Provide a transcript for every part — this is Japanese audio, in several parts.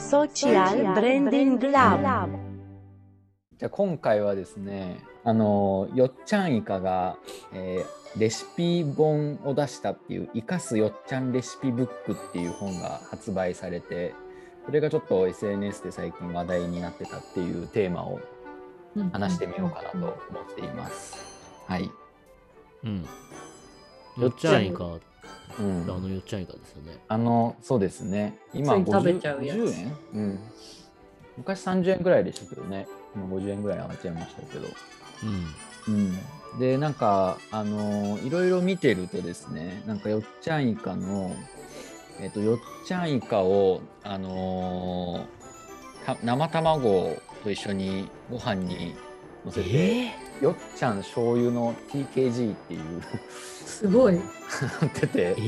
Social Branding Lab。 じゃあ今回はですね、よっちゃんイカが、レシピ本を出したっていう「生かすよっちゃんレシピブック」っていう本が発売されて、それがちょっと SNS で最近話題になってたっていうテーマを話してみようかなと思っています。はい。 うん。よっちゃんイカ、よっちゃんイカですよね。 そうですね。今つい食べちゃうやつ 50円、昔30円ぐらいでしたけどね。今50円ぐらい上がっちゃいましたけど。で、なんか、いろいろ見てるとですね、なんかよっちゃんイカの、よっちゃんイカを、生卵と一緒にご飯にのせて、よっちゃん醤油の TKG っていうすごい載ってて、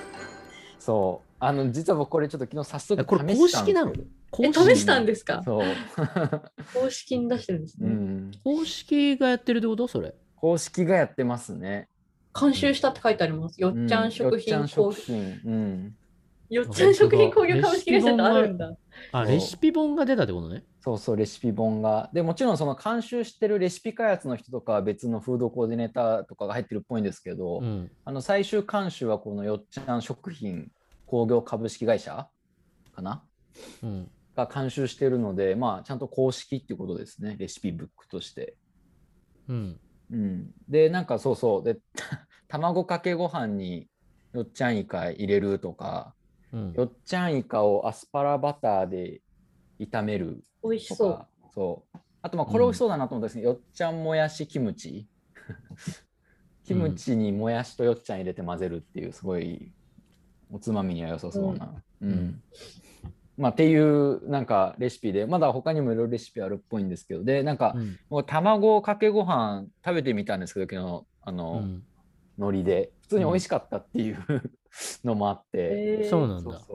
そう実は僕これちょっと昨日早速これ試したんですけど。 試したんですか？ そう公式に出してるんですね。 公式がやってるってこと？それ公式がやってますね。 監修したって書いてあります。よっちゃん食品工業。よっちゃん食品工業株式会社ってあるんだ。 レシピ本が出たってことね。 そうレシピ本が。でもちろんその監修してるレシピ開発の人とかは別のフードコーディネーターとかが入ってるっぽいんですけど、最終監修はこのよっちゃん食品工業株式会社かな、が監修してるので、まあちゃんと公式っていうことですね、レシピブックとして。でなんかで卵かけご飯によっちゃんイカ入れるとか、よっちゃんイカをアスパラバターで炒めるとか。 美味しそう。 あとこれ美味しそうだなと思ったんですけど、よっちゃんもやしキムチキムチにもやしとよっちゃん入れて混ぜるっていう、すごいおつまみには良さそうな、っていうなんかレシピで、まだ他にもいろいろレシピあるっぽいんですけど、でなんか、もう卵かけご飯食べてみたんですけど、昨日海苔で普通に美味しかったっていうのもあって、 そうなんだ。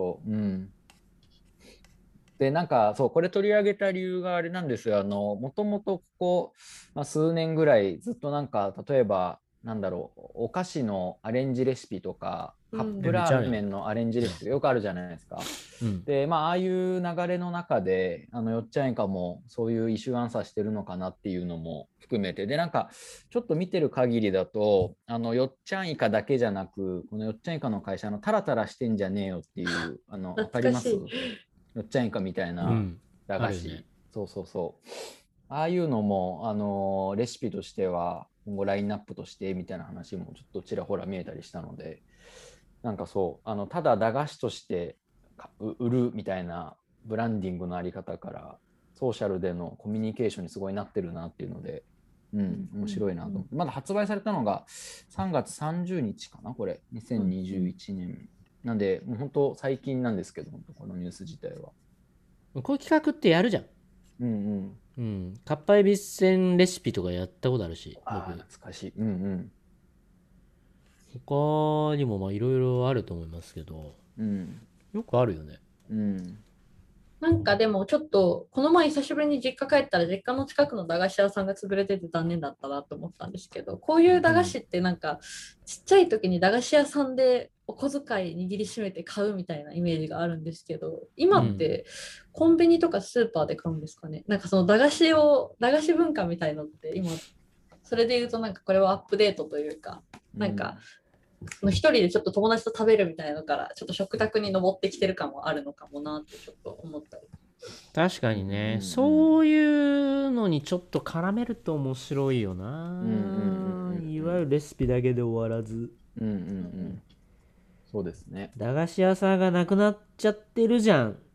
でなんかこれ取り上げた理由があれなんですよ。もともとここ、数年ぐらいずっとなんか、例えばなんだろう、お菓子のアレンジレシピとか、カップラーメンのアレンジレシピがよくあるじゃないですか。でああいう流れの中でよっちゃんイカもそういうイシューアンサーしてるのかなっていうのも含めて、でなんかちょっと見てる限りだと、よっちゃんイカだけじゃなく、このよっちゃんイカの会社のタラタラしてんじゃねえよっていうわかります？よっちゃんイカみたいな駄菓子、ああいうのもレシピとしては今後ラインナップとしてみたいな話もちょっとちらほら見えたりしたので、なんかただ駄菓子として売るみたいなブランディングのあり方からソーシャルでのコミュニケーションにすごいなってるなっていうので、面白いなと思って。まだ発売されたのが3月30日かな、これ2021年なんで、もう本当最近なんですけど、このニュース自体は。 こういう企画ってやるじゃん。かっぱえびせんレシピとかやったことあるし。 懐かしい。 他にもいろいろあると思いますけど、よくあるよね。 なんかでもちょっとこの前久しぶりに実家帰ったら、実家の近くの駄菓子屋さんが潰れてて残念だったなと思ったんですけど、こういう駄菓子ってなんかちっちゃい時に駄菓子屋さんでお小遣い握りしめて買うみたいなイメージがあるんですけど、今ってコンビニとかスーパーで買うんですかね。なんかその駄菓子文化みたいのって今、それで言うとなんかこれはアップデートというか、なんか一人でちょっと友達と食べるみたいなのからちょっと食卓に上ってきてる感もあるのかもなってちょっと思ったり。 確かにね、そういうのにちょっと絡めると面白いよな。いわゆるレシピだけで終わらず。 そうですね。 駄菓子屋さんがなくなっちゃってるじゃん。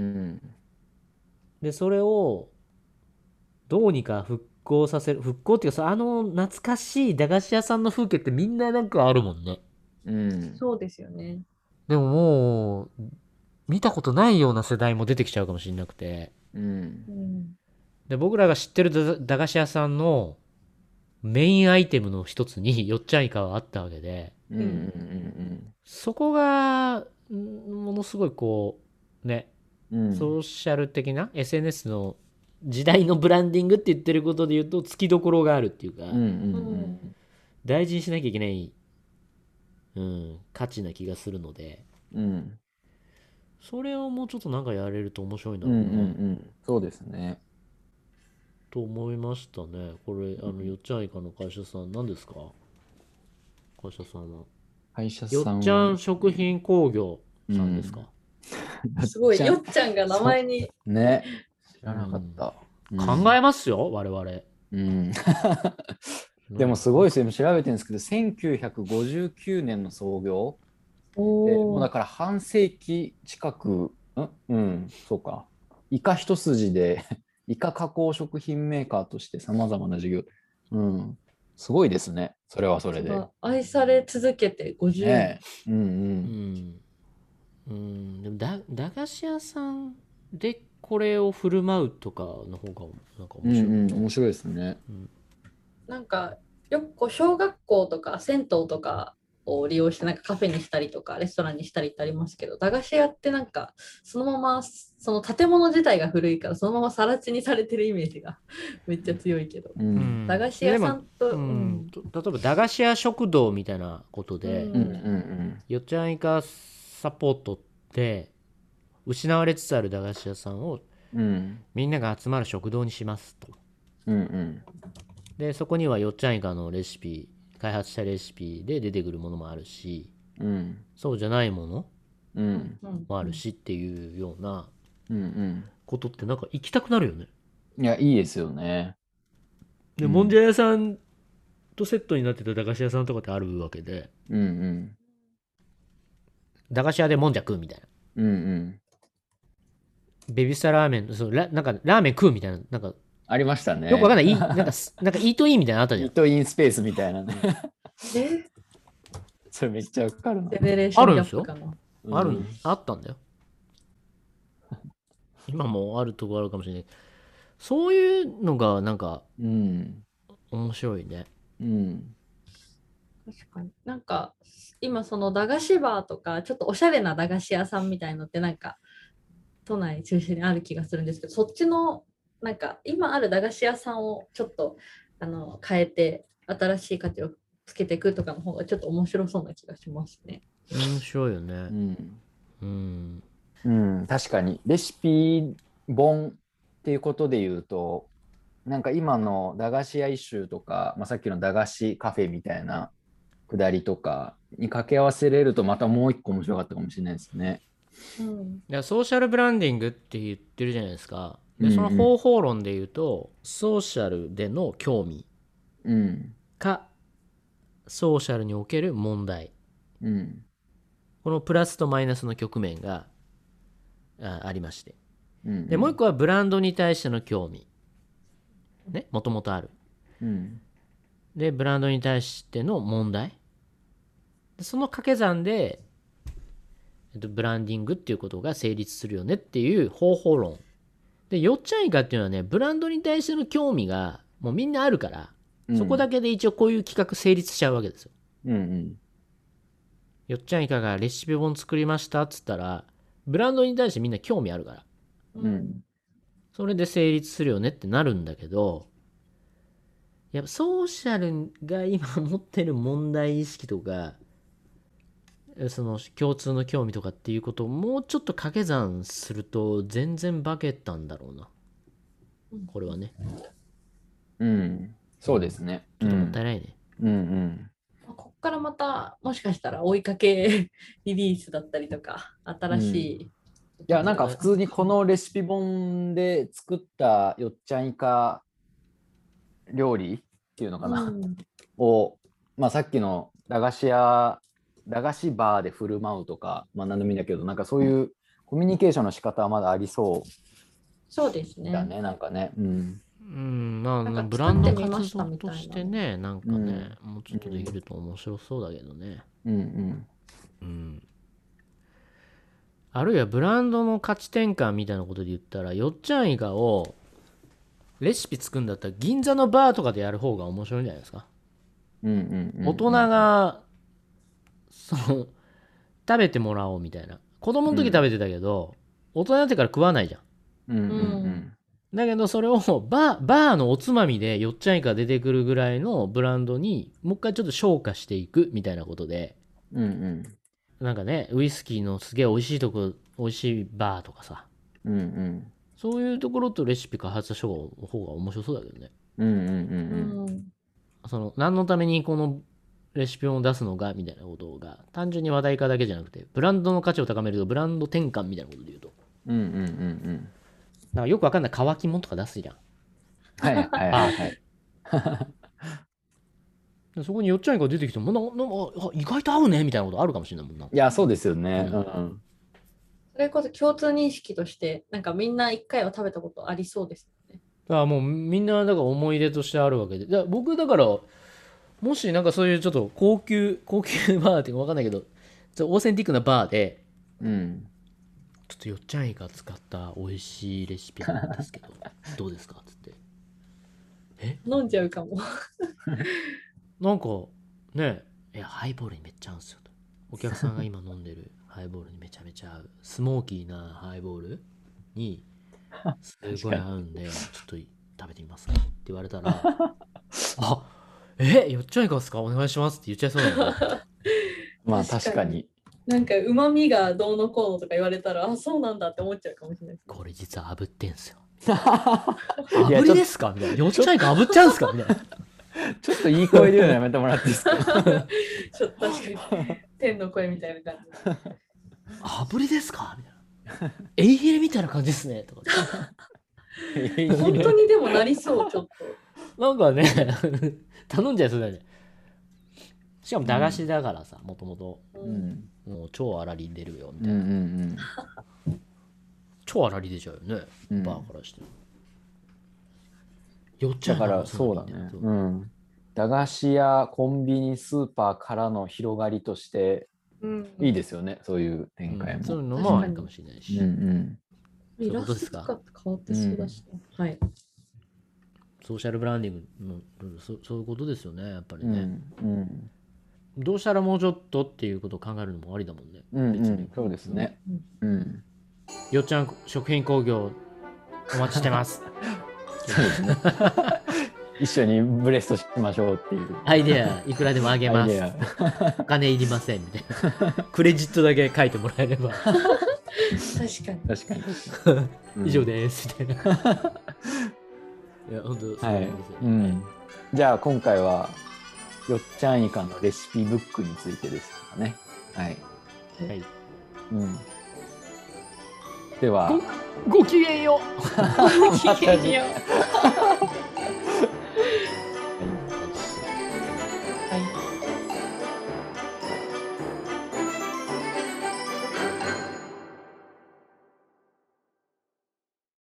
でそれをどうにか復興させる、復興っていうか懐かしい駄菓子屋さんの風景ってみんななんかあるもんね。 そうですよね。 でももう見たことないような世代も出てきちゃうかもしれなくて、で僕らが知ってる駄菓子屋さんのメインアイテムの一つによっちゃんイカはあったわけで、そこがものすごいこうね、ソーシャル的な SNS の時代のブランディングって言ってることで言うとつきどころがあるっていうか、大事にしなきゃいけない、価値な気がするので、 それをもうちょっとなんかやれると面白いんだろうな、 そうですね。 と思いましたね。これよっちゃんいかの会社さん何ですか？会社さんは会社よさんはっちゃん食品工業さんですか？ すごい、よっちゃんが名前に。 ね。知らなかった。 考えますよ、我々。 でもすごいですよ。調べてるんですけど、1959年の創業。もうだから半世紀近く、そうか。イカ一筋で、イカ加工食品メーカーとしてさまざまな事業。すごいですね。それはそれで。 愛され続けて50 年。 でも駄菓子屋さんでこれを振る舞うとかの方がなんか面白い、 面白いですね。 なんかよくこう小学校とか銭湯とかを利用してなんかカフェにしたりとかレストランにしたりってありますけど、駄菓子屋ってなんかそのままその建物自体が古いからそのまま更地にされてるイメージがめっちゃ強いけど、駄菓子屋さんと、 例えば駄菓子屋食堂みたいなことで、よっちゃんいかサポートって失われつつある駄菓子屋さんを、みんなが集まる食堂にしますと。でそこにはよっちゃんいかのレシピ、開発したレシピで出てくるものもあるし、そうじゃないものもあるしっていうようなことってなんか行きたくなるよね。 いや、いいですよね。 で、もんじゃ屋さんとセットになってた駄菓子屋さんとかってあるわけで、駄菓子屋でもんじゃ食うみたいな、ベビースターラーメン、なんかラーメン食うみたいな、なんかありましたね。 よくわかんない。なんかイートインみたいなのあったじゃん。 イートインスペースみたいなね。それめっちゃわかるな。 あるんですよ。あったんだよ。今もあるとこあるかもしれない。そういうのがなんか、面白いね。 確かに。なんか今その駄菓子バーとかちょっとおしゃれな駄菓子屋さんみたいのってなんか都内中心にある気がするんですけど、そっちのなんか今ある駄菓子屋さんをちょっと変えて新しい価値をつけていくとかの方がちょっと面白そうな気がしますね。 面白いよね。 確かにレシピ本っていうことで言うと、なんか今の駄菓子屋一周とか、さっきの駄菓子カフェみたいなくだりとかに掛け合わせれるとまたもう一個面白かったかもしれないですね。 いやソーシャルブランディングって言ってるじゃないですか。でその方法論で言うと、ソーシャルでの興味か、ソーシャルにおける問題、このプラスとマイナスの局面がありまして、でもう一個はブランドに対しての興味ね、もともとある、でブランドに対しての問題、その掛け算で、ブランディングっていうことが成立するよねっていう方法論で、よっちゃんいかっていうのはね、ブランドに対しての興味がもうみんなあるから、そこだけで一応こういう企画成立しちゃうわけですよ。よっちゃんいかがレシピ本作りましたっつったら、ブランドに対してみんな興味あるから、それで成立するよねってなるんだけど、やっぱソーシャルが今持ってる問題意識とか、その共通の興味とかっていうことをもうちょっと掛け算すると全然化けたんだろうな、これはね。 そうですね。 ちょっともったいないね。 こっからまたもしかしたら追いかけリリースだったりとか新しい、 いやなんか普通にこのレシピ本で作ったよっちゃんいか料理っていうのかな、を、さっきの駄菓子バーで振る舞うとか、何でもいいんだけど、なんかそういうコミュニケーションの仕方はまだありそうそうですね。 だね、なんかね。 ブランド活動としてね、なんかね、もうちょっとできると面白そうだけどね。あるいはブランドの価値転換みたいなことで言ったら、よっちゃんいかをレシピ作るんだったら銀座のバーとかでやる方が面白いんじゃないですか。大人が食べてもらおうみたいな。子供の時食べてたけど、大人になってから食わないじゃん。だけどそれをバーのおつまみでよっちゃんいか出てくるぐらいのブランドにもう一回ちょっと昇華していくみたいなことで、なんかね、ウイスキーのすげえ美味しいとこ美味しいバーとかさ、 うんうん、 そういうところとレシピ開発した方が面白そうだけどね。 うんうんうんうん。 その何のためにこのレシピを出すのかみたいなことが単純に話題化だけじゃなくて、ブランドの価値を高めるとブランド転換みたいなことで言うと、 うんうんうんうん。 なんかよくわかんない乾き物とか出すじゃん。 はいはいはいはい。 そこによっちゃんが出てきても意外と合うねみたいなことあるかもしれないもんな。 いや、そうですよね。うん。 それこそ共通認識として、なんかみんな一回は食べたことありそうですよね。 だからもうみんなだから思い出としてあるわけで、僕だからもしなんかそういうちょっと高級バーっていうかわかんないけど、ちょっとオーセンティックなバーで、 うん、 ちょっとよっちゃんイカ使った美味しいレシピなんですけどどうですかっつって、 飲んじゃうかも。 なんかね、ハイボールにめっちゃ合うんですよと。お客さんが今飲んでるハイボールにめちゃめちゃ合う。スモーキーなハイボールにすごい合うんで、ちょっと食べてみますかって言われたら、よっちゃんいかがですかお願いしますって言っちゃいそうだね。 まあ確かに。 なんかうまみがどうのこうのとか言われたら、あ、そうなんだって思っちゃうかもしれないです。 これ実は炙ってんすよ。炙りですかみたいな。よっちゃんいか炙っちゃうんすかみたいな。 ちょっといい声で言うのやめてもらっていいですか。 ちょっと確かに天の声みたいな感じ。 炙りですかみたいな。エイヒレみたいな感じですねとか。 本当にでもなりそうちょっと。なんかね頼んじゃいそうだよね。しかも駄菓子だからさ、もともともう超粗利出るよみたいな。超粗利出ちゃうよね、バーからして。よっちゃうだからそうだね。駄菓子やコンビニスーパーからの広がりとしていいですよね、そういう展開も。 そういうのもあるかもしれないし。 イラストとか変わってそうだし、はい。 ソーシャルブランディングのそういうことですよね、やっぱりね。どうしたらもうちょっとっていうことを考えるのもありだもんね。 別にそうですね。 よっちゃん食品工業お待ちしてます。 そうですね。一緒にブレストしましょうっていう。 アイデアいくらでもあげます。お金いりませんみたいな。クレジットだけ書いてもらえれば。 確かに。以上ですみたいな。いや本当そうですよね。 じゃあ今回はよっちゃんイカのレシピブックについてですかね。はい。 はい。 ではごきげんよう。 ごきげんよう。